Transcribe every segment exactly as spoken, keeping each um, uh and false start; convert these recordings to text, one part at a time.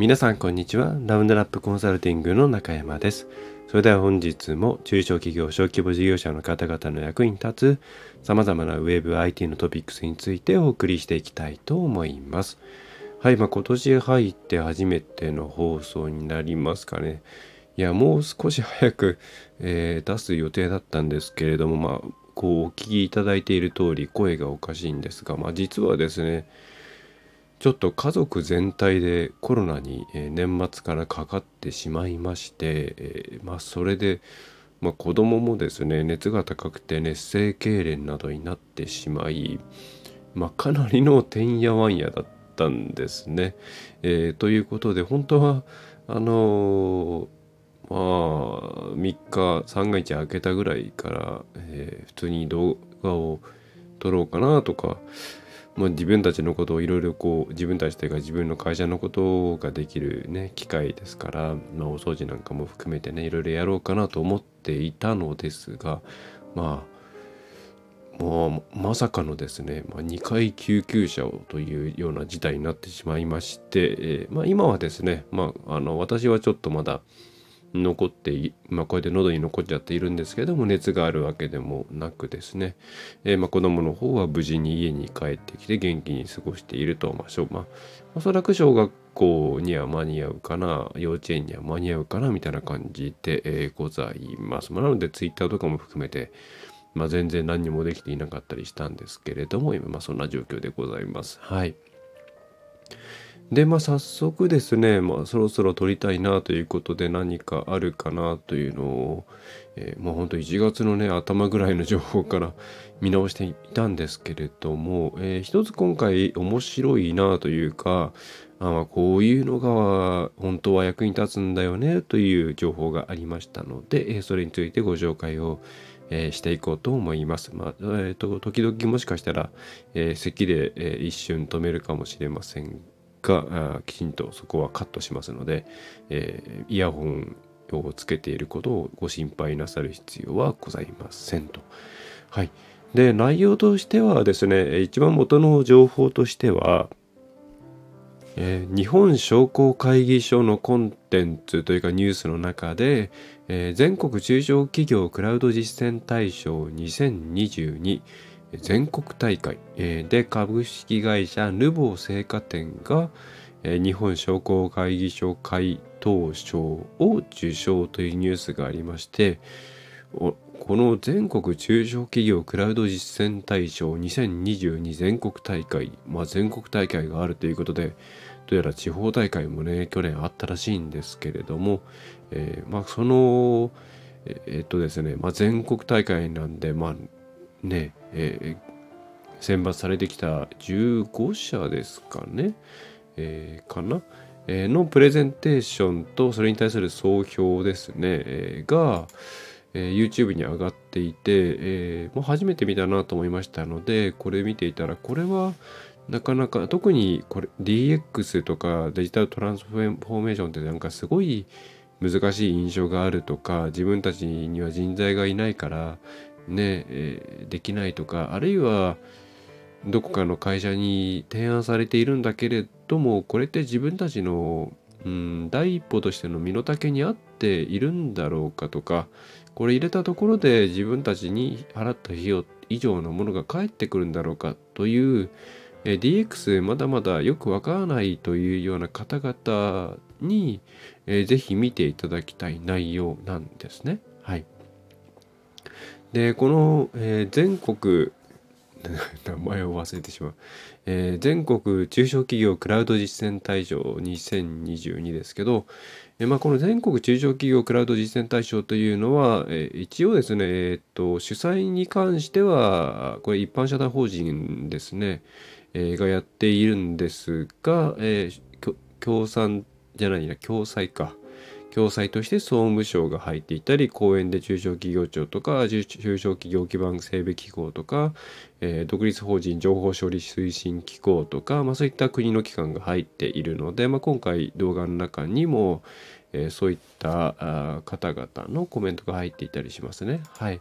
皆さんこんにちは。ラウンドラップコンサルティングの中山です。それでは本日も中小企業小規模事業者の方々の役に立つ様々なウェブ アイティー のトピックスについてお送りしていきたいと思います。はい、まあ、今年入って初めての放送になりますかね。いや、もう少し早く、えー出す予定だったんですけれども、まあ、こうお聞きいただいている通り声がおかしいんですが、まあ、実はですね、ちょっと家族全体でコロナに、えー年末からかかってしまいまして、えーまあ、それで、まあ、子供もですね、熱が高くて熱性痙攣などになってしまい、まあ、かなりのてんやわんやだったんですね。えーということで、本当は、あのーまあ、みっか、三が日明けたぐらいから、えー普通に動画を撮ろうかなとか、まあ、自分たちのことをいろいろこう自分たちというか自分の会社のことができるね機会ですから、まあ、お掃除なんかも含めてねいろいろやろうかなと思っていたのですが、まあもうまさかのですね、まあ、にかい救急車をというような事態になってしまいまして、えーまあ、今はですね、まあ、あの私はちょっとまだ残ってい、まあ、こうやって喉に残っちゃっているんですけども、熱があるわけでもなくですね、えーまあ、子供の方は無事に家に帰ってきて元気に過ごしていると、まあしょまあ、おそらく小学校には間に合うかな、幼稚園には間に合うかなみたいな感じで、えーございます。まあ、なのでツイッターとかも含めて、まあ、全然何にもできていなかったりしたんですけれども、今、まあ、そんな状況でございます。はい。で、まあ、早速ですね、まあ、そろそろ撮りたいなということで何かあるかなというのを、えー、もうほんといちがつのね、頭ぐらいの情報から見直していたんですけれども、えー一つ今回面白いなというか、あまあこういうのが本当は役に立つんだよねという情報がありましたので、えーそれについてご紹介を、えーしていこうと思います。まあ、えーと、時々もしかしたら、えー咳で、えー一瞬止めるかもしれませんが、きちんとそこはカットしますので、えーイヤホンをつけていることをご心配なさる必要はございませんと。はい。で、内容としてはですね、一番元の情報としては、えー日本商工会議所のコンテンツというかニュースの中で、えー全国中小企業クラウド実践大賞にせんにじゅうに全国大会、えーで株式会社ヌボー青果店が、えー日本商工会議所会頭賞を受賞というニュースがありまして、おこの全国中小企業クラウド実践大賞にせんにじゅうに全国大会、まあ、全国大会があるということで、どうやら地方大会もね、去年あったらしいんですけれども、えーまあ、その、ええっとですね、まあ、全国大会なんで、まあね、えー選抜されてきたじゅうご社ですかね、えーかな、えーのプレゼンテーションとそれに対する総評ですね、えーが、えー YouTube に上がっていて、えーもう初めて見たなと思いましたので、これ見ていたら、これはなかなか、特にこれ ディーエックス とかデジタルトランスフォーメーションってなんかすごい難しい印象があるとか、自分たちには人材がいないからね、えーできないとか、あるいはどこかの会社に提案されているんだけれども、これって自分たちの、うん、第一歩としての身の丈に合っているんだろうかとか、これ入れたところで自分たちに払った費用以上のものが返ってくるんだろうかという、え ディーエックス まだまだよくわからないというような方々に、えーぜひ見ていただきたい内容なんですね。はい。で、この、えー全国名前を忘れてしまう、えー全国中小企業クラウド実践大賞にせんにじゅうにですけど、えーまあ、この全国中小企業クラウド実践大賞というのは、えー一応ですね、えーっと主催に関してはこれ一般社団法人ですね、えーがやっているんですが、えーきょ協賛じゃないな共催か共催として総務省が入っていたり、公園で中小企業庁とか、中中小企業基盤整備機構とか、えー独立法人情報処理推進機構とか、まあ、そういった国の機関が入っているので、まあ、今回動画の中にも、えーそういったあー方々のコメントが入っていたりしますね。はい。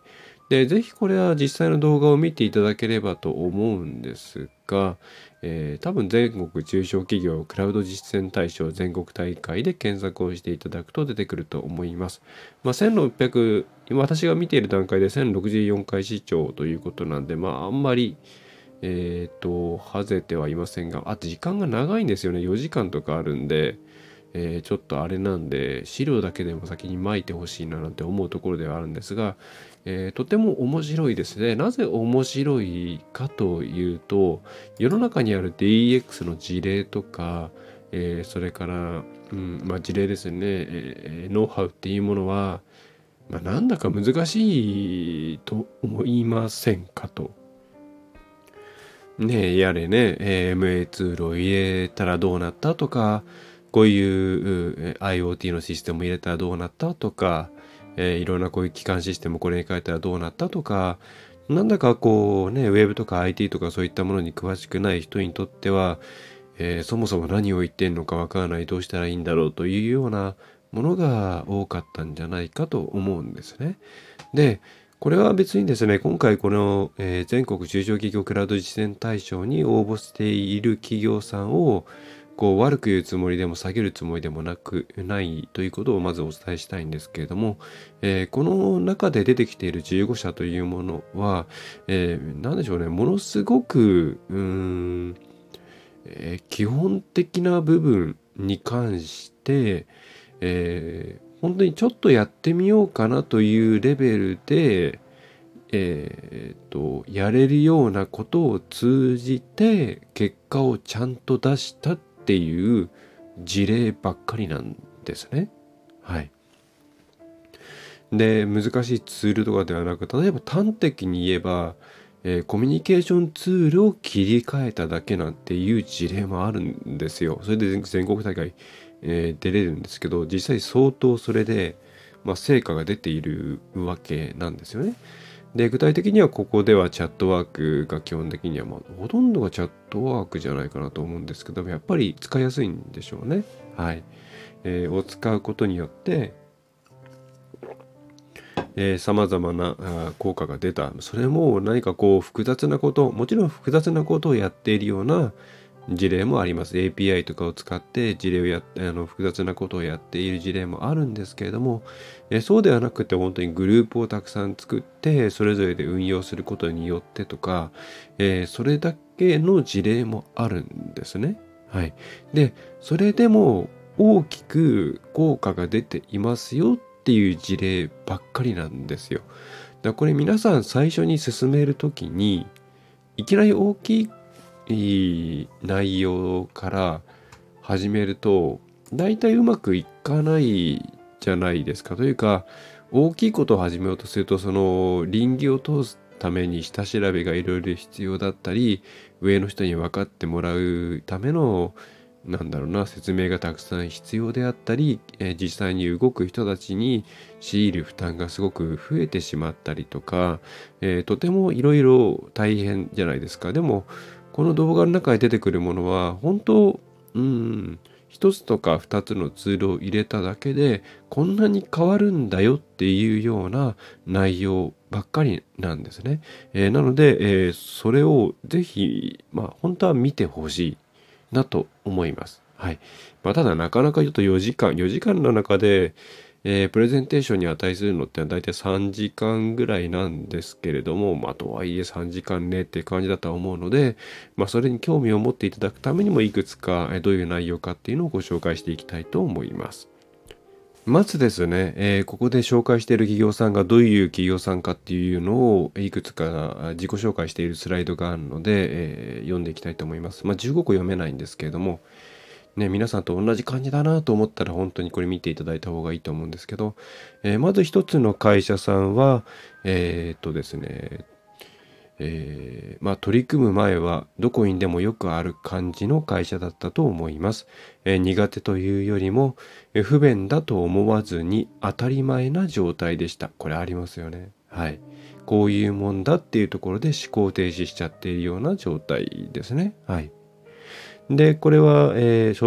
で、ぜひこれは実際の動画を見ていただければと思うんですが、えー多分全国中小企業クラウド実践大賞全国大会で検索をしていただくと出てくると思います。まあ、せんろっぴゃく、今私が見ている段階でせんろくじゅうよんかい視聴ということなんで、まああんまり、えっと、はぜてはいませんが、あと時間が長いんですよね。よじかんとかあるんで、えーちょっとあれなんで、資料だけでも先に巻いてほしいななんて思うところではあるんですが、えーとても面白いですね。なぜ面白いかというと、世の中にある ディーイーエックス の事例とか、えーそれから、うんまあ、事例ですね、えーノウハウっていうものは、まあ、なんだか難しいと思いませんかと。ねえ、やれね、えー エムエー ツールを入れたらどうなったとか、こういううえ IoT のシステムを入れたらどうなったとか、えーいろんなこういう基幹システムをこれに変えたらどうなったとか、なんだかこうね、ウェブとか アイティー とかそういったものに詳しくない人にとっては、えーそもそも何を言ってんのかわからない、どうしたらいいんだろうというようなものが多かったんじゃないかと思うんですね。で、これは別にですね、今回この、えー全国中小企業クラウド実践大賞に応募している企業さんをこう悪く言うつもりでも下げるつもりでもなくないということをまずお伝えしたいんですけれども、えーこの中で出てきているじゅうご社というものは、えー、何でしょうね、ものすごくうーん、えー基本的な部分に関して、えー本当にちょっとやってみようかなというレベルで、えーと、やれるようなことを通じて結果をちゃんと出したっていう事例ばっかりなんですね。はい。で、難しいツールとかではなく、例えば端的に言えば、えーコミュニケーションツールを切り替えただけなんていう事例もあるんですよ。それで全全国大会、えー出れるんですけど、実際相当それで、まあ、成果が出ているわけなんですよね。で、具体的にはここではチャットワークが基本的には、まあ、ほとんどがチャットワークじゃないかなと思うんですけど、やっぱり使いやすいんでしょうね。はい。えーを使うことによって、さまざまなあ効果が出た。それも何かこう複雑なこと、もちろん複雑なことをやっているような事例もあります。エーピーアイ とかを使って事例をやっあの複雑なことをやっている事例もあるんですけれども、えそうではなくて本当にグループをたくさん作ってそれぞれで運用することによってとか、えーそれだけの事例もあるんですね。はい。で、それでも大きく効果が出ていますよっていう事例ばっかりなんですよ。だからこれ皆さん最初に進めるときにいきなり大きいいい内容から始めると大体うまくいかないじゃないですか。というか大きいことを始めようとするとその倫理を通すために下調べがいろいろ必要だったり上の人に分かってもらうためのなんだろうな説明がたくさん必要であったり、えー実際に動く人たちに強いる負担がすごく増えてしまったりとか、えーとてもいろいろ大変じゃないですか。でもこの動画の中で出てくるものは本当うん一つとか二つのツールを入れただけでこんなに変わるんだよっていうような内容ばっかりなんですね。えーなので、えーそれをぜひ、まあ、本当は見てほしいなと思います。はい。まあ、ただなかなかちょっとよじかん、よじかんの中で、えープレゼンテーションに値するのって大体さんじかんぐらいなんですけれども、まあとはいえさんじかんねって感じだとは思うので、まあそれに興味を持っていただくためにもいくつかえーどういう内容かっていうのをご紹介していきたいと思います。まずですね、えーここで紹介している企業さんがどういう企業さんかっていうのをいくつかあ自己紹介しているスライドがあるので、えー読んでいきたいと思います。まあじゅうごこ読めないんですけれども、ね、皆さんと同じ感じだなと思ったら本当にこれ見ていただいた方がいいと思うんですけど、えーまず一つの会社さんは、えーっとですね、えーまあ取り組む前はどこにでもよくある感じの会社だったと思います。えー苦手というよりも、えー不便だと思わずに当たり前な状態でした。これありますよね。はい。こういうもんだっていうところで思考停止しちゃっているような状態ですね。はい。で、これは、えー消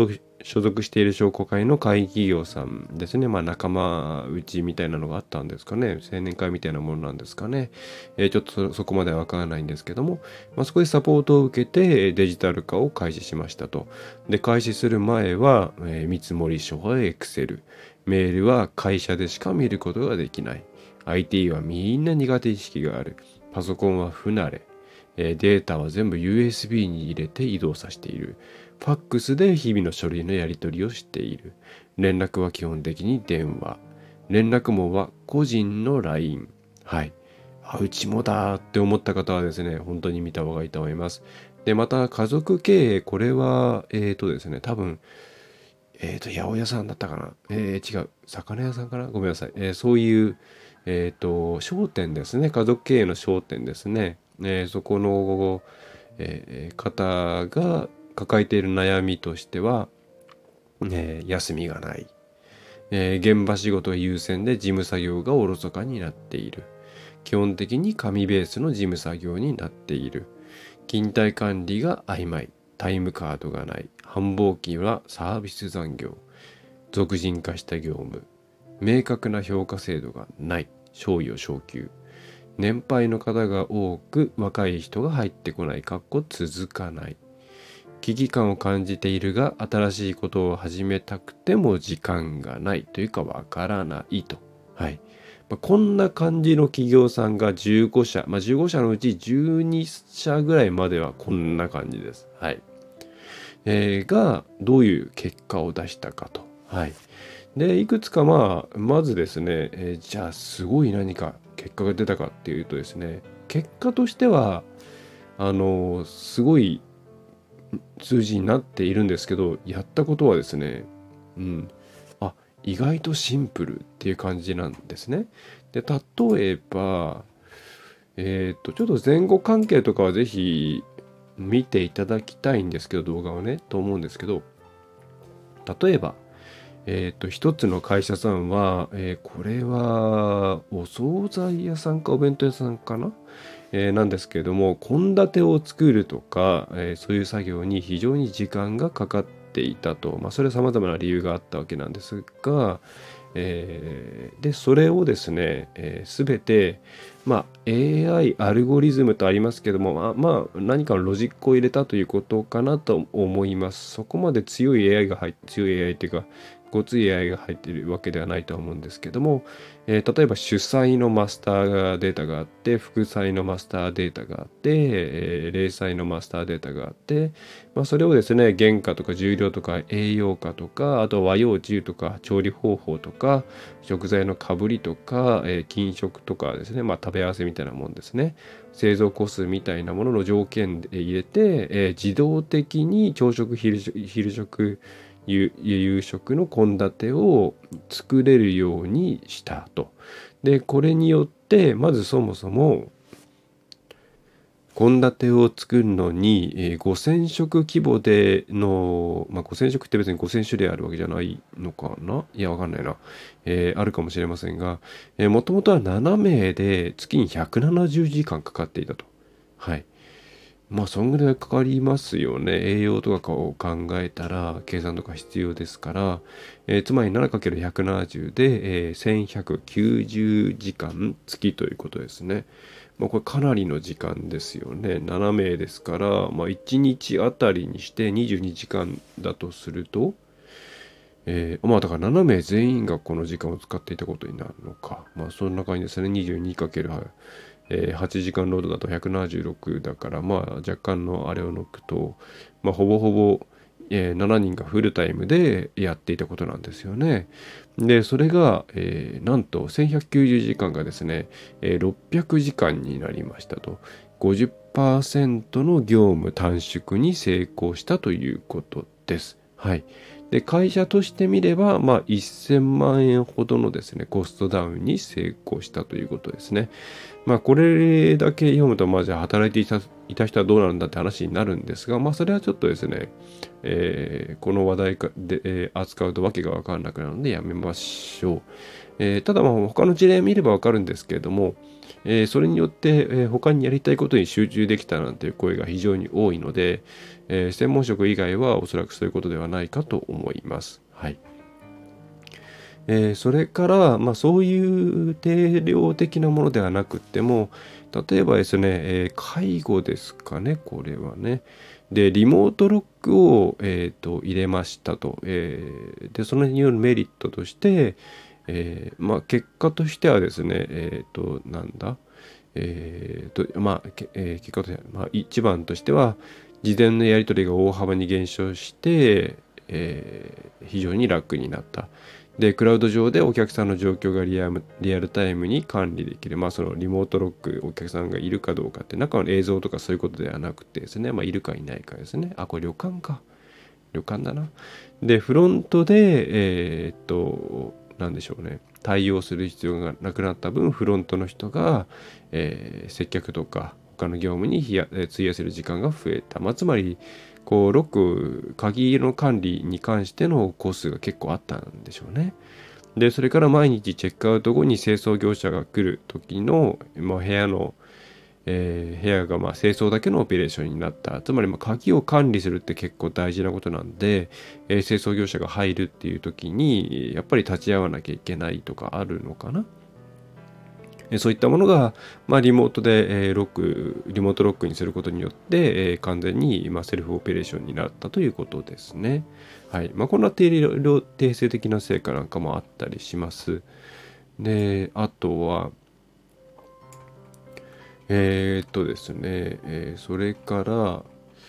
所属している商工会の会企業さんですね。まあ仲間内みたいなのがあったんですかね。青年会みたいなものなんですかね。えー、ちょっと そ, そこまではわからないんですけども、まあ、そこでサポートを受けてデジタル化を開始しましたと。で、開始する前は、えー、見積書は Excel。メールは会社でしか見ることができない。アイティー はみんな苦手意識がある。パソコンは不慣れ。データは全部 ユーエスビー に入れて移動させている。ファックスで日々の書類のやり取りをしている。連絡は基本的に電話。連絡網は個人の ライン。はい。あ、うちもだって思った方はですね、本当に見た方がいいと思います。で、また家族経営、これは、えーとですね、多分、えーと、八百屋さんだったかな。えー、違う。魚屋さんかな。ごめんなさい。えー、そういう、えーと、商店ですね。家族経営の商店ですね。えー、そこの、えー方が抱えている悩みとしては、えー休みがない。えー現場仕事が優先で事務作業がおろそかになっている。基本的に紙ベースの事務作業になっている。勤怠管理が曖昧。タイムカードがない。繁忙期はサービス残業。俗人化した業務。明確な評価制度がない。賞与昇給。年配の方が多く若い人が入ってこない。かっこ続かない。危機感を感じているが新しいことを始めたくても時間がないというかわからないと。はい。まあ、こんな感じの企業さんがじゅうごしゃ、まあ、じゅうごしゃのうちじゅうにしゃぐらいまではこんな感じです。はい。えー、がどういう結果を出したかと。はい。で、いくつかまあ、まずですね、えーじゃあすごい何か結果が出たかっていうとですね、結果としては、あのすごい数字になっているんですけど、やったことはですね、うん、あ、意外とシンプルっていう感じなんですね。で、例えば、えっと、ちょっと前後関係とかはぜひ見ていただきたいんですけど、動画をね、と思うんですけど、例えば、えっと、一つの会社さんは、えーこれはお惣菜屋さんかお弁当屋さんかな、えーなんですけれども、献立を作るとか、えーそういう作業に非常に時間がかかっていたと。まあ、それは様々な理由があったわけなんですが、えーで、それをですね、えー、全て、まあ、エーアイ、アルゴリズムとありますけども、まあ、まあ、何かのロジックを入れたということかなと思います。そこまで強い エーアイ が入って、強い エーアイ っていうか、ごつい エーアイ が入っているわけではないとは思うんですけども、えー例えば主催のマスターデータがあって、副催のマスターデータがあって、えー零細のマスターデータがあって、まあ、それをですね、原価とか重量とか栄養価とか、あと和洋中とか調理方法とか、食材のかぶりとか、えー菌食とかですね、まあ、食べ合わせみたいなもんですね。製造コストみたいなものの条件で入れて、えー自動的に朝食、昼食、昼食夕夕食の献立を作れるようにしたと。で、これによって、まずそもそも、献立を作るのに、えーごせん食規模での、まあ、ごせん食って別にごせん種類あるわけじゃないのかないや、わかんないな。えーあるかもしれませんが、えー、もともとはなな名で月にひゃくななじゅうじかんかかっていたと。はい。まあ、そんぐらいかかりますよね。栄養とかを考えたら、計算とか必要ですから、えーつまり ななかけるひゃくななじゅう で、えーせんひゃくきゅうじゅうじかん月ということですね。まあ、これかなりの時間ですよね。なな名ですから、まあ、いちにちあたりにしてにじゅうにじかんだとすると、えーまあだからなな名全員がこの時間を使っていたことになるのか。まあそんな感じですね。にじゅうにかけるはちじかん労働だとひゃくななじゅうろくだから、まあ若干のあれを抜くと、まあほぼほぼ、えーしちにんがフルタイムでやっていたことなんですよね。で、それが、えーなんとせんひゃくきゅうじゅうじかんがですね、えーろっぴゃくじかんになりましたと。ごじゅっパーセントの業務短縮に成功したということです。はい。で、会社としてみれば、まあ、せんまん円ほどのですね、コストダウンに成功したということですね。まあ、これだけ読むと、まあ、じゃあ働いていたいた人はどうなんだって話になるんですが、まあ、それはちょっとですね、えーこの話題で、えー扱うとわけがわからなくなるのでやめましょう。えーただ、まあ、他の事例見ればわかるんですけれども、 えーそれによって、えー他にやりたいことに集中できたなんていう声が非常に多いので、えー専門職以外はおそらくそういうことではないかと思います。はい。えーそれから、まあ、そういう定量的なものではなくっても、例えばですね、えー介護ですかね、これはね。で、リモートロックを、えーと入れましたと。えーで、そのによるメリットとして、えーまあ、結果としてはですね、えーと、なんだ、えーと、まあ、けえー結果としては、まあ、一番としては、事前のやり取りが大幅に減少して、えー非常に楽になった。で、クラウド上でお客さんの状況がリアルリアルタイムに管理できる。まあ、そのリモートロック、お客さんがいるかどうかって、中の映像とかそういうことではなくてですね、まあ、いるかいないかですね。あ、これ旅館か。旅館だな。で、フロントで、えーっと、なんでしょうね。対応する必要がなくなった分、フロントの人が、えー接客とか、他の業務に費やえー費やせる時間が増えた。まあ、つまり、こう、ロック、鍵の管理に関してのコストが結構あったんでしょうね。で、それから毎日チェックアウト後に清掃業者が来る時の、まあ、部屋のえー部屋がまあ清掃だけのオペレーションになった。つまりまあ鍵を管理するって結構大事なことなんで、えー清掃業者が入るっていう時にやっぱり立ち会わなきゃいけないとかあるのかな。えーそういったものが、まあ、リモートで、えーロック、リモートロックにすることによって、えー完全に、まあ、セルフオペレーションになったということですね。はい。まあ、こんな定量定性的な成果なんかもあったりします。で、あとは、えーっとですね、えーそれから、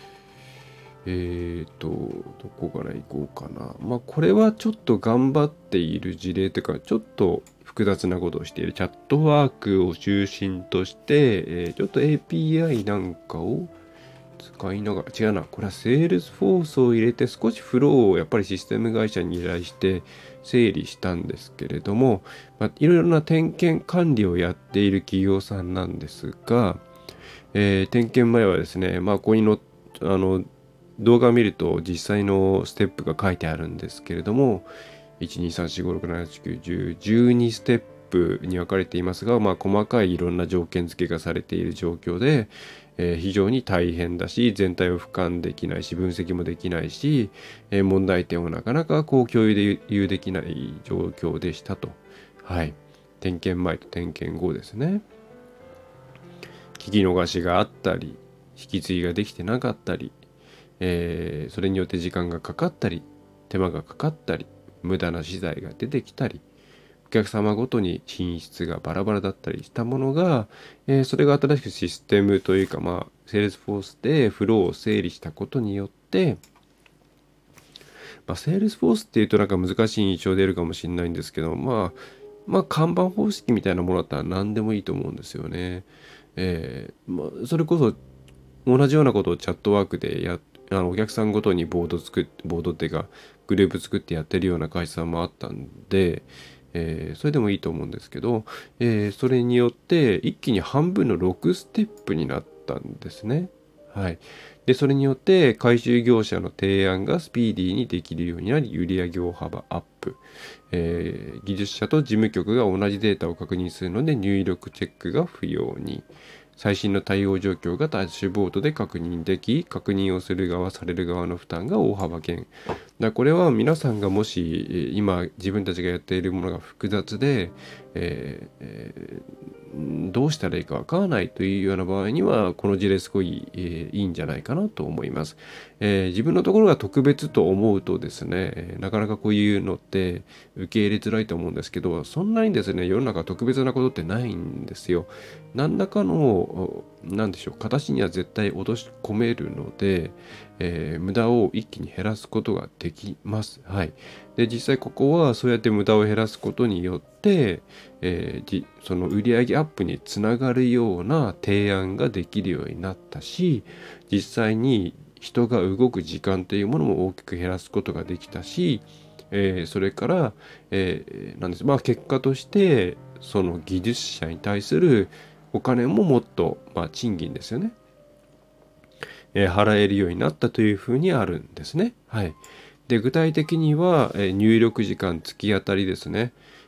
えーと、どこから行こうかな。まあ、これはちょっと頑張っている事例というか、ちょっと複雑なことをしているチャットワークを中心として、えーちょっと エーピーアイ なんかを使いながら、違うな、これは Salesforce を入れて少しフローをやっぱりシステム会社に依頼して整理したんですけれども、まあ、いろいろな点検管理をやっている企業さんなんですが、えー点検前はですね、まあ、ここにのあの動画を見ると実際のステップが書いてあるんですけれども、いち、に、さん、よん、ご、ろく、なな、はち、きゅう、じゅう、じゅうにステップに分かれていますが、まあ、細かいいろんな条件付けがされている状況で、えー非常に大変だし、全体を俯瞰できないし、分析もできないし、えー問題点をなかなかこう共有できない状況でしたと。はい。点検前と点検後ですね。聞き逃しがあったり、引き継ぎができてなかったり、えーそれによって時間がかかったり、手間がかかったり、無駄な資材が出てきたり、お客様ごとに品質がバラバラだったりしたものが、えーそれが新しくシステムというか、まあ、Salesforce でフローを整理したことによって、まあ、Salesforce っていうとなんか難しい印象出るかもしれないんですけど、まあ、まあ、看板方式みたいなものだったら何でもいいと思うんですよね。えーまあ、それこそ同じようなことをチャットワークでやあのお客さんごとにボード作ってボードっていうかグループ作ってやってるような会社さんもあったんで、えーそれでもいいと思うんですけど、えーそれによって一気に半分のろくステップになったんですね。はい。で、それによって回収業者の提案がスピーディーにできるようになり、売上大幅アップ。えー技術者と事務局が同じデータを確認するので入力チェックが不要に。最新の対応状況がダッシュボードで確認でき、確認をする側、される側の負担が大幅減。だこれは皆さんがもし今自分たちがやっているものが複雑で、えーえーどうしたらいいかわからないというような場合にはこの事例すごい、えーいいんじゃないかなと思います。えー自分のところが特別と思うとですね、えーなかなかこういうのって受け入れづらいと思うんですけど、そんなにですね世の中特別なことってないんですよ。何らかの何でしょう形には絶対落とし込めるので、えー無駄を一気に減らすことができます。はい。で、実際ここはそうやって無駄を減らすことによって、えーじその売上アップにつながるような提案ができるようになったし、実際に人が動く時間というものも大きく減らすことができたし、えーそれから、えーなんです。まあ結果として、その技術者に対するお金ももっと、まあ、賃金ですよね。えー払えるようになったというふうにあるんですね。はい。で、具体的には、えー入力時間月当たりですね。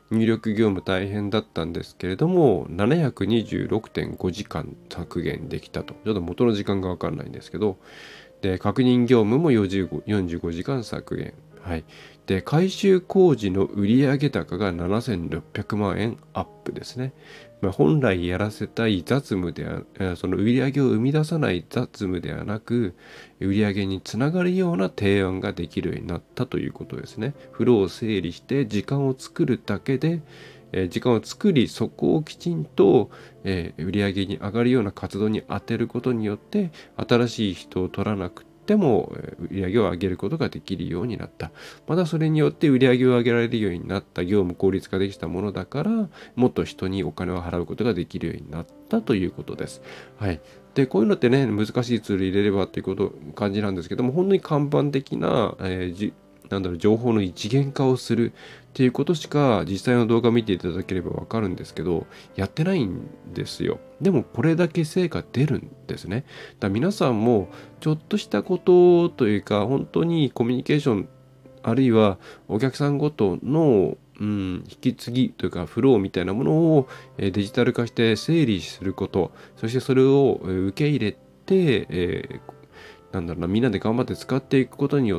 入力業務大変だったんですけれども、ななひゃくにじゅうろくてんごじかん削減できたと。ちょっと元の時間がわかんないんですけど、で、確認業務もよんじゅうご、よんじゅうごじかん削減。はい。で、改修工事の売上高がななせんろっぴゃくまんえんアップですね。まあ、本来やらせたい雑務では、えーその売上を生み出さない雑務ではなく、売上につながるような提案ができるようになったということですね。フローを整理して時間を作るだけで、えー時間を作り、そこをきちんと、えー売上に上がるような活動に当てることによって、新しい人を取らなくてもえー売上を上げることができるようになった。またそれによって売上を上げられるようになった業務効率化できたものだから、もっと人にお金を払うことができるようになったということです。はい。で、こういうのってね、難しいツール入れればということ、感じなんですけども、本当に看板的な、えーじなんだろう、情報の一元化をするっていうことしか実際の動画を見ていただければわかるんですけど、やってないんですよ。でもこれだけ成果出るんですね。だから皆さんもちょっとしたことというか、本当にコミュニケーション、あるいはお客さんごとの、うん、引き継ぎというかフローみたいなものをえーデジタル化して整理すること、そしてそれをえー受け入れて、えーなんだろうな、みんなで頑張って使っていくことによって、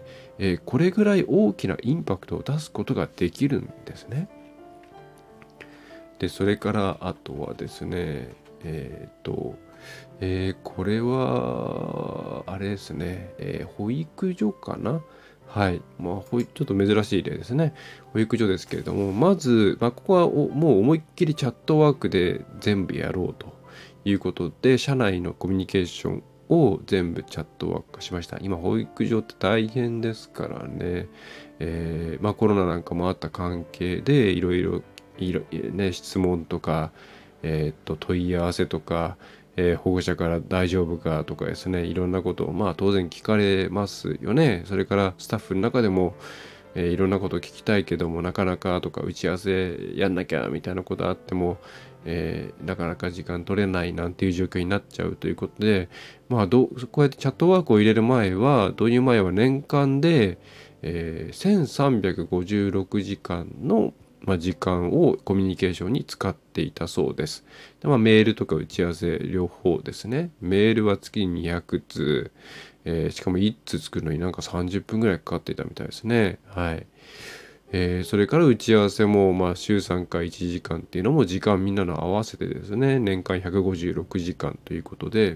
えーこれぐらい大きなインパクトを出すことができるんですね。で、それからあとはですね、えっと、えーこれは、あれですね、えー保育所かな。はい。まあ、保育ちょっと珍しい例ですね。保育所ですけれども、まず、まあ、ここはおもう思いっきりチャットワークで全部やろうということで、社内のコミュニケーションを全部チャットワーク化しました。今、保育所って大変ですからね。えーまあ、コロナなんかもあった関係で、いろいろ、いろね、質問とか、えーっと、問い合わせとか、えー保護者から大丈夫かとかですね、いろんなことをまあ当然聞かれますよね。それからスタッフの中でも、えーいろんなことを聞きたいけどもなかなかとか打ち合わせやんなきゃみたいなことあっても、えーなかなか時間取れないなんていう状況になっちゃうということで、まあどうこうやってチャットワークを入れる前は、導入前は年間で、えーせんさんびゃくごじゅうろくじかんのまあ、時間をコミュニケーションに使っていたそうです。でまあ、メールとか打ち合わせ両方ですね。メールは月ににひゃくつう、えーしかもいっつ作るのになんかさんじゅっぷんぐらいかかっていたみたいですね。はい。えーそれから打ち合わせも、まあ、週さんかいいちじかんっていうのも時間みんなの合わせてですね、年間ひゃくごじゅうろくじかんということで、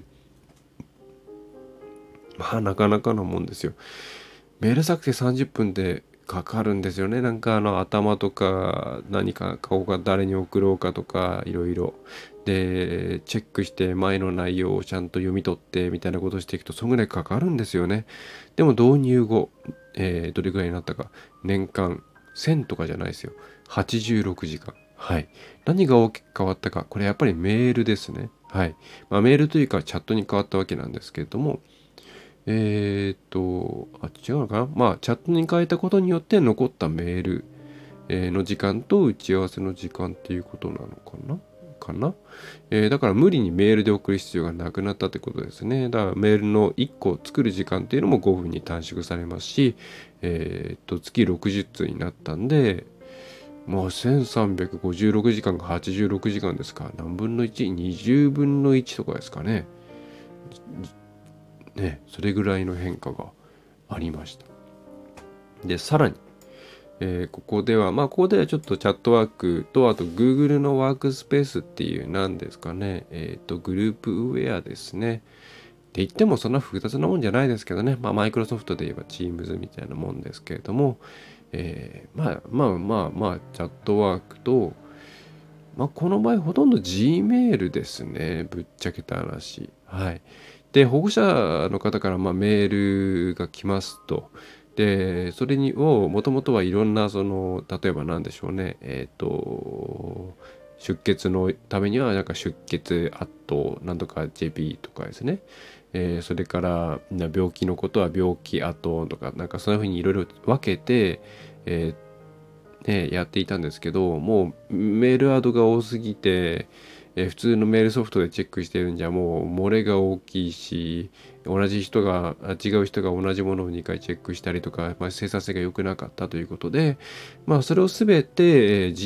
まあなかなかのもんですよ。メール作成さんじゅっぷんでかかるんですよね。なんかあの頭とか何か顔が誰に送ろうかとかいろいろ。で、チェックして前の内容をちゃんと読み取ってみたいなことをしていくとそんぐらいかかるんですよね。でも導入後、えーどれぐらいになったか。年間せんとかじゃないですよ。はちじゅうろくじかん。はい。何が大きく変わったか。これやっぱりメールですね。はい。まあ、メールというかチャットに変わったわけなんですけれども、えーっと、あ、違うのかな。まあ、チャットに変えたことによって残ったメール、えーの時間と打ち合わせの時間っていうことなのかなかな、えーだから無理にメールで送る必要がなくなったってことですね。だからメールのいっこ作る時間っていうのもごふんに短縮されますし、えーっと、月ろくじゅっつうになったんで、もうせんさんびゃくごじゅうろくじかんがはちじゅうろくじかんですか。何分の いち?にじゅう 分のいちとかですかね。ね、それぐらいの変化がありました。で、さらに、えーここでは、まあ、ここではちょっとチャットワークと、あと Google のワークスペースっていう、なんですかね、えっと、グループウェアですね。って言ってもそんな複雑なもんじゃないですけどね、まあ、マイクロソフトで言えば Teams みたいなもんですけれども、えーまあまあまあまあ、チャットワークと、まあ、この場合ほとんど Gmail ですね。ぶっちゃけた話。はい。で、保護者の方からまあメールが来ますと。で、それにをもともとはいろんなその、例えば何でしょうね。えっと、出血のためにはなんか出血アットなんとか ジェーピー とかですね。えーそれからな病気のことは病気アットとかなんかそういうふうにいろいろ分けて、えーね、やっていたんですけど、もうメールアドが多すぎて、 えー普通のメールソフトでチェックしてるんじゃもう漏れが大きいし、同じ人があ違う人が同じものをにかいチェックしたりとか、まあ、生産性が良くなかったということで、まあ、それをすべて、えー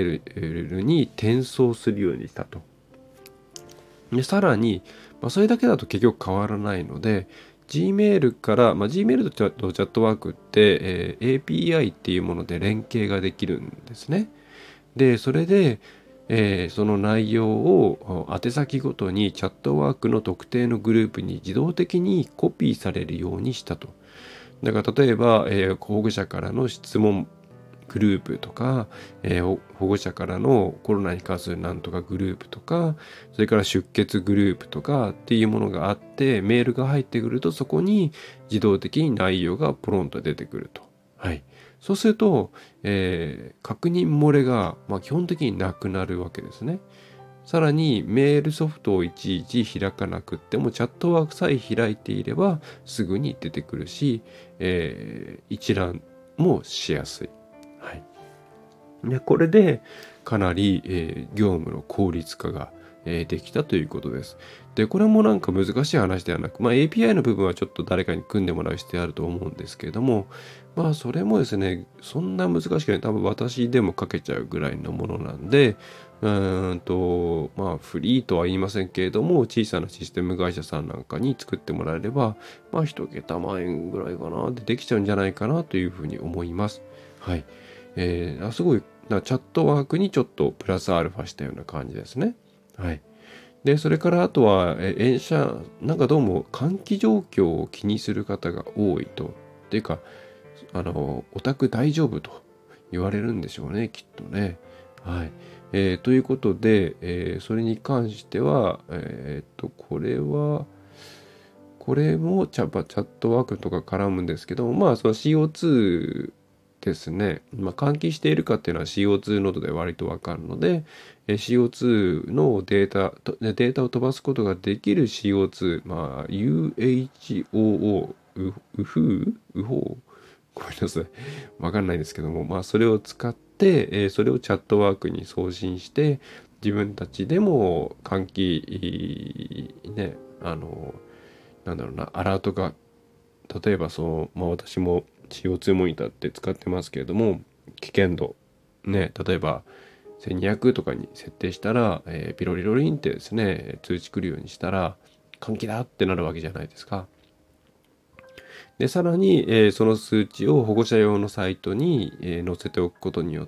Gmail に転送するようにしたと。で、さらに、まあ、それだけだと結局変わらないので、Gmail から、まあ、Gmail とチャとチャットワークって、えー エーピーアイ っていうもので連携ができるんですね。で、それで、えーその内容をお宛先ごとにチャットワークの特定のグループに自動的にコピーされるようにしたと。だから例えば、えー保護者からの質問グループとか、えーほ保護者からのコロナに関するなんとかグループとか、それから出欠グループとかっていうものがあって、メールが入ってくるとそこに自動的に内容がポロンと出てくると。はい。そうすると、えー確認漏れが、まあ、基本的になくなるわけですね。さらにメールソフトをいちいち開かなくってもチャットワークさえ開いていればすぐに出てくるし、えー一覧もしやすい。はい。で、これでかなり、えー業務の効率化が、えーできたということです。で、これもなんか難しい話ではなく、まあ、エーピーアイ の部分はちょっと誰かに組んでもらう必要あると思うんですけれども、まあそれもですね、そんな難しくない、多分私でも書けちゃうぐらいのものなんで、うーんと、まあフリーとは言いませんけれども、小さなシステム会社さんなんかに作ってもらえれば、まあ一桁万円ぐらいかなでできちゃうんじゃないかなというふうに思います。はい。えーあすごいなチャットワークにちょっとプラスアルファしたような感じですね。はい。で、それからあとは、え演者、なんかどうも換気状況を気にする方が多いと。っていうか、あの、お宅大丈夫と言われるんでしょうね、きっとね。はい。えーということで、えーそれに関しては、えーっと、これは、これもチャチャットワークとか絡むんですけど、まあ、その シーオーツー ですね。まあ、換気しているかっていうのは シーオーツー ノードで割とわかるので、え シーオーツー のデータ、とデータを飛ばすことができる シーオーツー、まあ、ユーエイチオーオー、ウウフーウホーごめんなさい。わかんないですけども、まあ、それを使って、えーそれをチャットワークに送信して、自分たちでも換気、ね、あの、なんだろうな、アラートが、例えばそう、まあ私も シーオーツー モニターって使ってますけれども、危険度、ね、例えばせんにひゃくとかに設定したら、えーピロリロリンってですね、通知来るようにしたら、換気だってなるわけじゃないですか。で、さらに、えーその数値を保護者用のサイトに、えー載せておくことによって、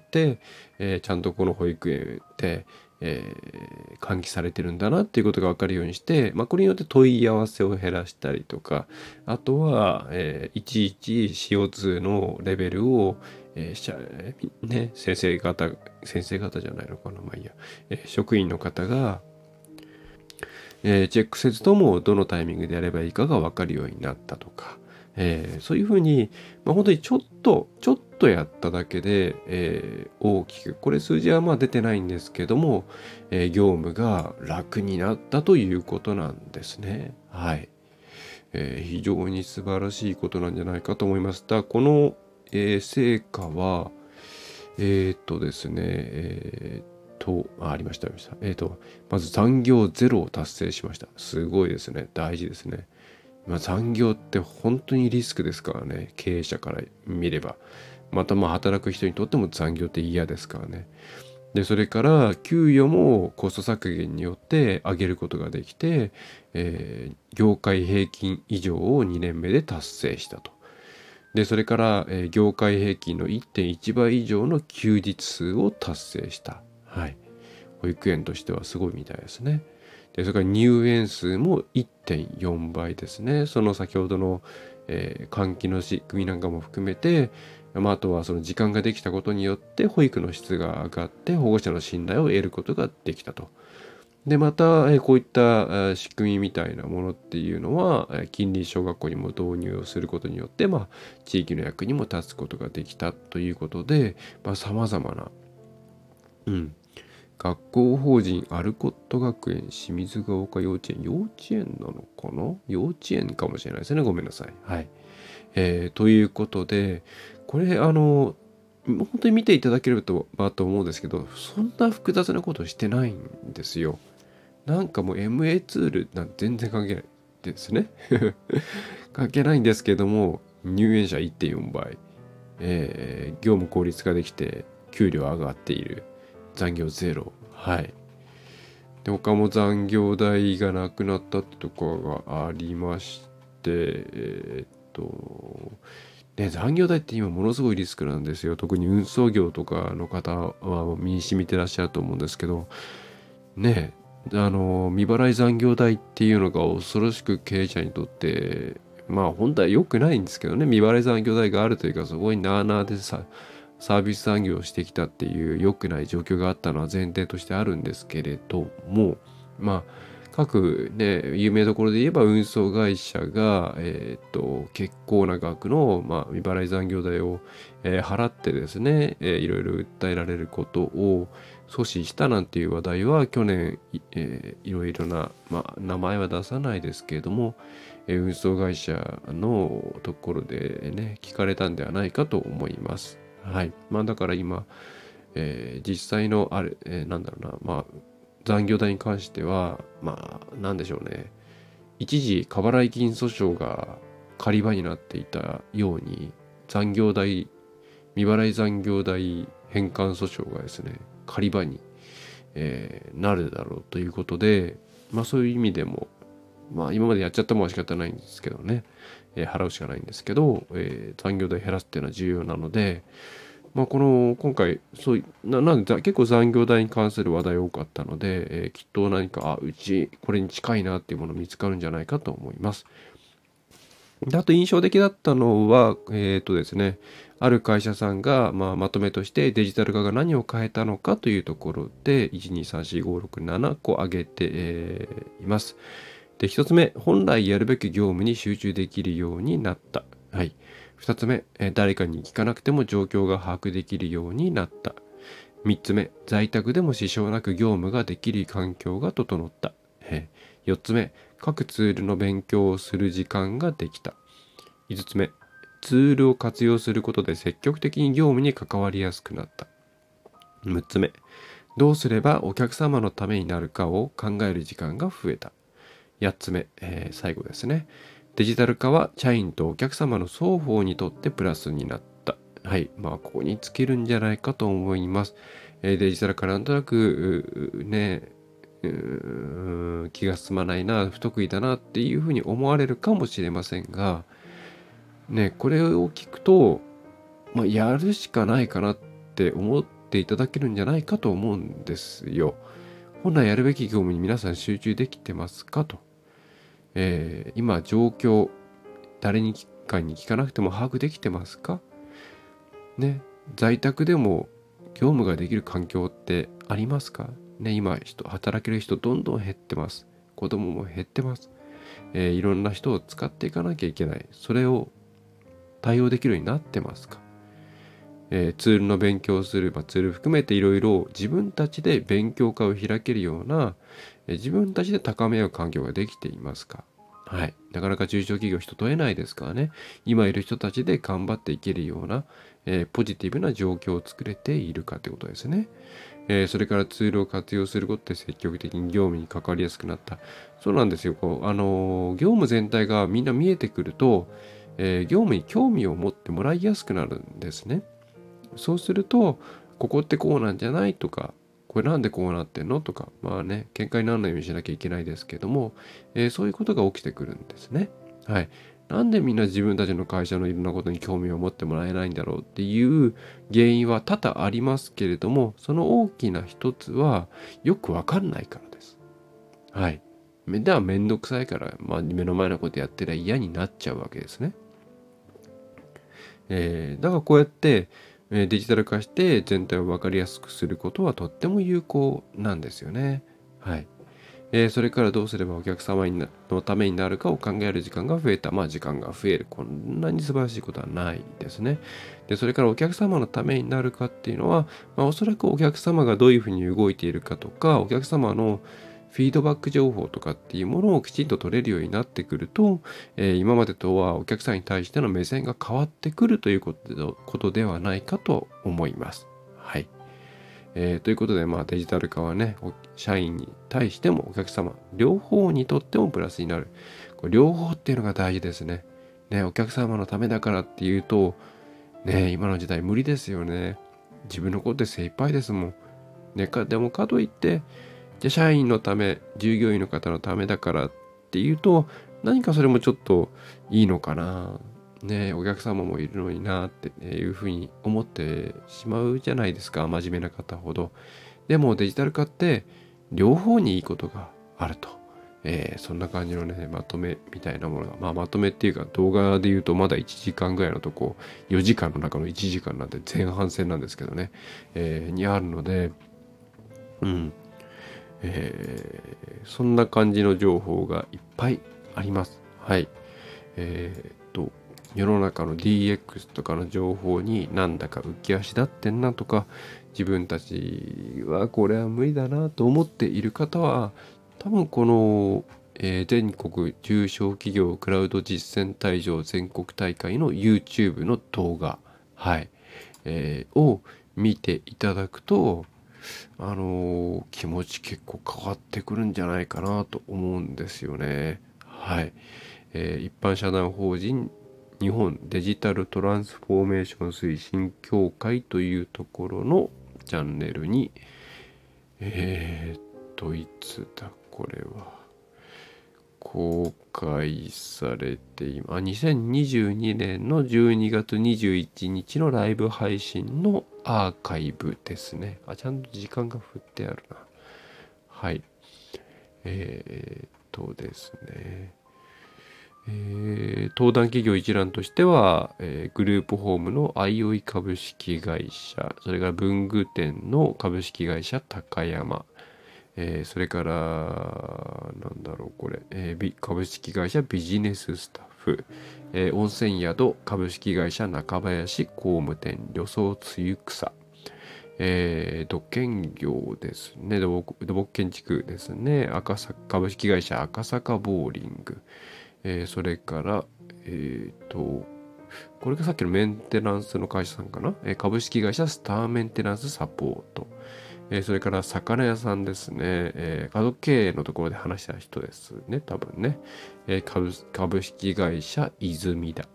えーちゃんとこの保育園で、えー換気されてるんだなっていうことが分かるようにして、まあ、これによって問い合わせを減らしたりとか、あとは、えーいちいち シーオーツー のレベルを、えーしゃね、先生方、先生方じゃないのかな、まあいいや、えー職員の方が、えーチェックせずともどのタイミングでやればいいかが分かるようになったとか、えーそういうふうに、まあ、本当にちょっとちょっとやっただけで、えー大きくこれ数字はまあ出てないんですけども、えー業務が楽になったということなんですね。はい、えー非常に素晴らしいことなんじゃないかと思いました。この、えー成果はえーっとですね、えーっと、あ、ありました、ありました。えーっと、まず残業ゼロを達成しました。すごいですね。大事ですね。まあ、残業って本当にリスクですからね。経営者から見れば。またまあ働く人にとっても残業って嫌ですからね。で、それから給与もコスト削減によって上げることができて、えー業界平均以上をにねんめで達成したと。で、それから、えー業界平均のいってんいちばい以上の休日数を達成した。はい。保育園としてはすごいみたいですね。で、それから入園数もいってんよんばいですね。その先ほどの、えー換気の仕組みなんかも含めて、まあ、あとはその時間ができたことによって保育の質が上がって保護者の信頼を得ることができたと。で、また、えーこういったえー仕組みみたいなものっていうのは、えー近隣小学校にも導入をすることによって、まあ、地域の役にも立つことができたということで、まあ、様々な、うん、学校法人アルコット学園清水ヶ丘幼稚園、幼稚園なのかな幼稚園かもしれないですね。ごめんなさい。はい。えーということで、これ、あの、 本当に見ていただければと、ばと思うんですけど、そんな複雑なことしてないんですよ。なんかもう エムエー ツールなんて全然関係ないですね。関係ないんですけども、入園者いってんよんばい、えー業務効率化できて、給料上がっている。残業ゼロ。はい。で、他も残業代がなくなったってところがありまして、えーっと、ね、残業代って今ものすごいリスクなんですよ。特に運送業とかの方は身に染みてらっしゃると思うんですけど、ね、あの、未払い残業代っていうのが恐ろしく経営者にとって、まあ本当は良くないんですけどね、未払い残業代があるというか、そこになあなあでさ、サービス産業をしてきたっていう良くない状況があったのは前提としてあるんですけれども、まあ各ね有名どころで言えば運送会社が、えー、と結構な額の、まあ、未払い残業代を、えー払ってですね、えーいろいろ訴えられることを阻止したなんていう話題は去年い,、えーいろいろな、まあ、名前は出さないですけれども、えー運送会社のところでね聞かれたんではないかと思います。はい。まあだから今、えー実際のあれ、えーなんだろうな、まあ残業代に関しては、まあなんでしょうね。一時過払い金訴訟が仮り場になっていたように、残業代、未払い残業代返還訴訟がですね、仮り場に、えーなるだろうということで、まあそういう意味でも、まあ今までやっちゃったもんは仕方ないんですけどね、えー払うしかないんですけど、えー残業代減らすっていうのは重要なので、まあ、この今回そういななんで結構残業代に関する話題多かったので、えーきっと何かあうちこれに近いなっていうもの見つかるんじゃないかと思います。であと印象的だったのはえっとですねある会社さんが、まあ、まとめとしてデジタル化が何を変えたのかというところでいち、に、さん、よん、ご、ろく、ななこ挙げて、えーいます。でひとつめ、本来やるべき業務に集中できるようになった。はい。ふたつめ、え誰かに聞かなくても状況が把握できるようになった。みっつめ、在宅でも支障なく業務ができる環境が整った。えよっつめ、各ツールの勉強をする時間ができた。いつつめ、ツールを活用することで積極的に業務に関わりやすくなった。むっつめ、どうすればお客様のためになるかを考える時間が増えた。やっつめ、えー最後ですね。デジタル化は社員とお客様の双方にとってプラスになった。はい。まあ、ここに尽きるんじゃないかと思います。えーデジタル化なんとなく、うね、うー気が進まないな、不得意だなっていうふうに思われるかもしれませんが、ね、これを聞くと、まあ、やるしかないかなって思っていただけるんじゃないかと思うんですよ。本来やるべき業務に皆さん集中できてますかと。えー今状況、誰にかに聞かなくても把握できてますかね、在宅でも業務ができる環境ってありますかね、今人、働ける人どんどん減ってます。子供も減ってます。えーいろんな人を使っていかなきゃいけない。それを対応できるようになってますか、えーツールの勉強をする、まあ、ツール含めていろいろ自分たちで勉強会を開けるような、えー自分たちで高め合う環境ができていますか。はい。なかなか中小企業人とえないですからね。今いる人たちで頑張っていけるような、えーポジティブな状況を作れているかということですね。えーそれからツールを活用することで積極的に業務に関わりやすくなった。そうなんですよ。こうあのー業務全体がみんな見えてくると、えー業務に興味を持ってもらいやすくなるんですね。そうすると、ここってこうなんじゃないとか、これなんでこうなってんのとか、まあね、喧嘩にならないようにしなきゃいけないですけども、えーそういうことが起きてくるんですね。はい。なんでみんな自分たちの会社のいろんなことに興味を持ってもらえないんだろうっていう原因は多々ありますけれども、その大きな一つはよくわかんないからです。はい。ではめんどくさいから、まあ、目の前のことやってりゃ嫌になっちゃうわけですね。えーだからこうやって、えーデジタル化して全体を分かりやすくすることはとっても有効なんですよね。はい。えーそれからどうすればお客様になのためになるかを考える時間が増えた。まあ時間が増える。こんなに素晴らしいことはないですね。で、それからお客様のためになるかっていうのは、まあ、おそらくお客様がどういうふうに動いているかとか、お客様のフィードバック情報とかっていうものをきちんと取れるようになってくると、えー今までとはお客さんに対しての目線が変わってくるということでことではないかと思います。はい。えーということで、まあ、デジタル化はね、お社員に対してもお客様、両方にとってもプラスになる。これ両方っていうのが大事ですね。ね、お客様のためだからっていうと、ね、今の時代無理ですよね。自分のことで精一杯ですもん。ね、か、でもかといって、じゃあ社員のため、従業員の方のためだからっていうと、何かそれもちょっといいのかな。ね、お客様もいるのになっていうふうに思ってしまうじゃないですか、真面目な方ほど。でもデジタル化って両方にいいことがあると。えーそんな感じのね、まとめみたいなものが、まあまとめっていうか動画で言うとまだいちじかんぐらいのとこ、よじかんの中のいちじかんなんて前半戦なんですけどね、えーにあるので、うん、えーそんな感じの情報がいっぱいあります。はい。えーっと、世の中の ディーエックス とかの情報になんだか浮き足立ってんなとか、自分たちはこれは無理だなと思っている方は、多分この、えー全国中小企業クラウド実践対象全国大会の YouTube の動画、はい、えーを見ていただくと、あのー気持ち結構変わってくるんじゃないかなと思うんですよね。はい。えー一般社団法人日本デジタルトランスフォーメーション推進協会というところのチャンネルに、えーっと、いつだこれは。公開されて今、あにせんにじゅうにねんのじゅうにがつにじゅういちにちのライブ配信のアーカイブですね。あ、ちゃんと時間が振ってあるな。はい。えーっとですね。えー登壇企業一覧としては、えーグループホームのあいおい株式会社、それから文具店の株式会社高山、えーそれからなんだろうこれ、えービ株式会社ビジネススタッフ、えー温泉宿株式会社中林工務店旅装つゆくさ、えー、土建業ですね、土木土木建築ですね、赤坂株式会社赤坂ボーリング、えーそれから、えっと、これがさっきのメンテナンスの会社さんかな、えー株式会社スターメンテナンスサポート、えーそれから魚屋さんですね、えー家族経営のところで話した人ですね、多分ね、えー株株式会社泉田、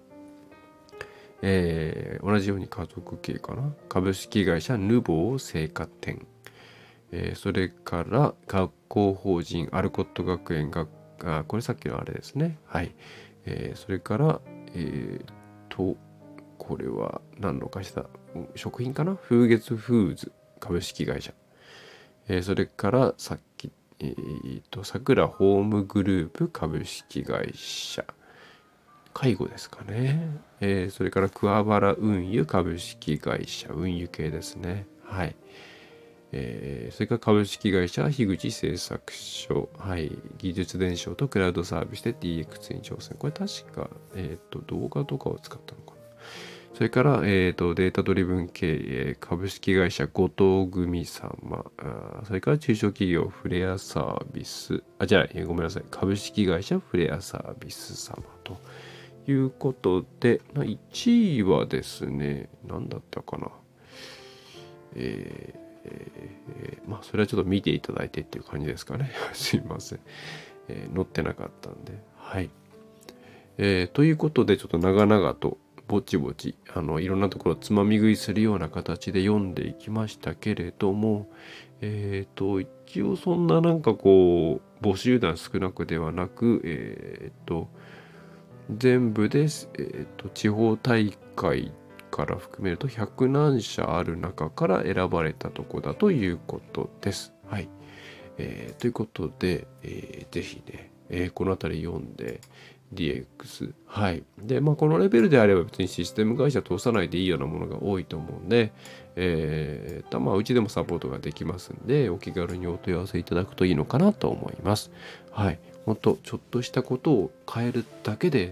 えー同じように家族系かな、株式会社ヌボー青果店、えーそれから学校法人アルコット学園学あこれさっきのあれですね、はい、えーそれからえー、とこれは何の会社だ、食品かな、風月フーズ株式会社、えーそれからさっきえー、とさくらホームグループ株式会社、介護ですかね、えーそれから桑原運輸株式会社、運輸系ですね、はい、えーそれから株式会社樋口製作所、はい、技術伝承とクラウドサービスで ディーエックス に挑戦。これ確か、えーと、動画とかを使ったのかな。それから、えーと、データドリブン経営株式会社後藤組様、あそれから中小企業フレアサービス、あ、じゃあ、えーごめんなさい、株式会社フレアサービス様ということで、いちいはですね、何だったかな。えーえーまあそれはちょっと見ていただいてっていう感じですかねすいません、えー載ってなかったんで、はい、えーということでちょっと長々とぼちぼちあのいろんなところをつまみ食いするような形で読んでいきましたけれども、えっと一応そんななんかこう募集団少なくではなく、えっと全部で、えっと地方大会から含めるとひゃくなんしゃある中から選ばれたとこだということです。はい。えーということで、えーぜひね、えーこの辺り読んで ディーエックス。はい。で、まあこのレベルであれば別にシステム会社通さないでいいようなものが多いと思うんで、えーと、まあうちでもサポートができますんで、お気軽にお問い合わせいただくといいのかなと思います。はい。本当ちょっとしたことを変えるだけで、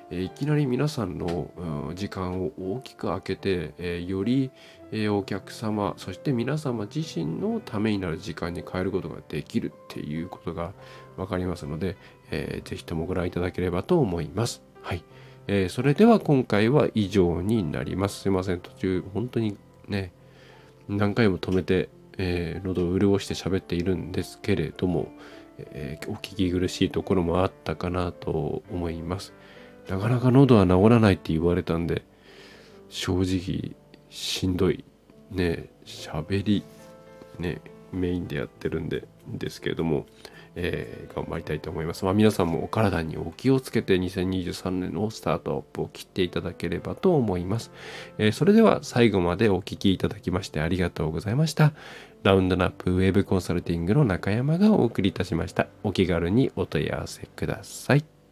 えーいきなり皆さんの、うん時間を大きく空けて、えーより、えーお客様、そして皆様自身のためになる時間に変えることができるっていうことがわかりますので、えーぜひともご覧いただければと思います。はい。えーそれでは今回は以上になります。すいません。途中、本当にね、何回も止めて、えー喉を潤して喋っているんですけれども、えーお聞き苦しいところもあったかなと思います。なかなか喉は治らないって言われたんで、正直しんどいね、喋りね、メインでやってるんでですけれども、えー頑張りたいと思います。まあ、皆さんもお体にお気をつけてにせんにじゅうさんねんのスタートアップを切っていただければと思います。えーそれでは最後までお聞きいただきましてありがとうございました。ラウンドナップウェブコンサルティングの中山がお送りいたしました。お気軽にお問い合わせください。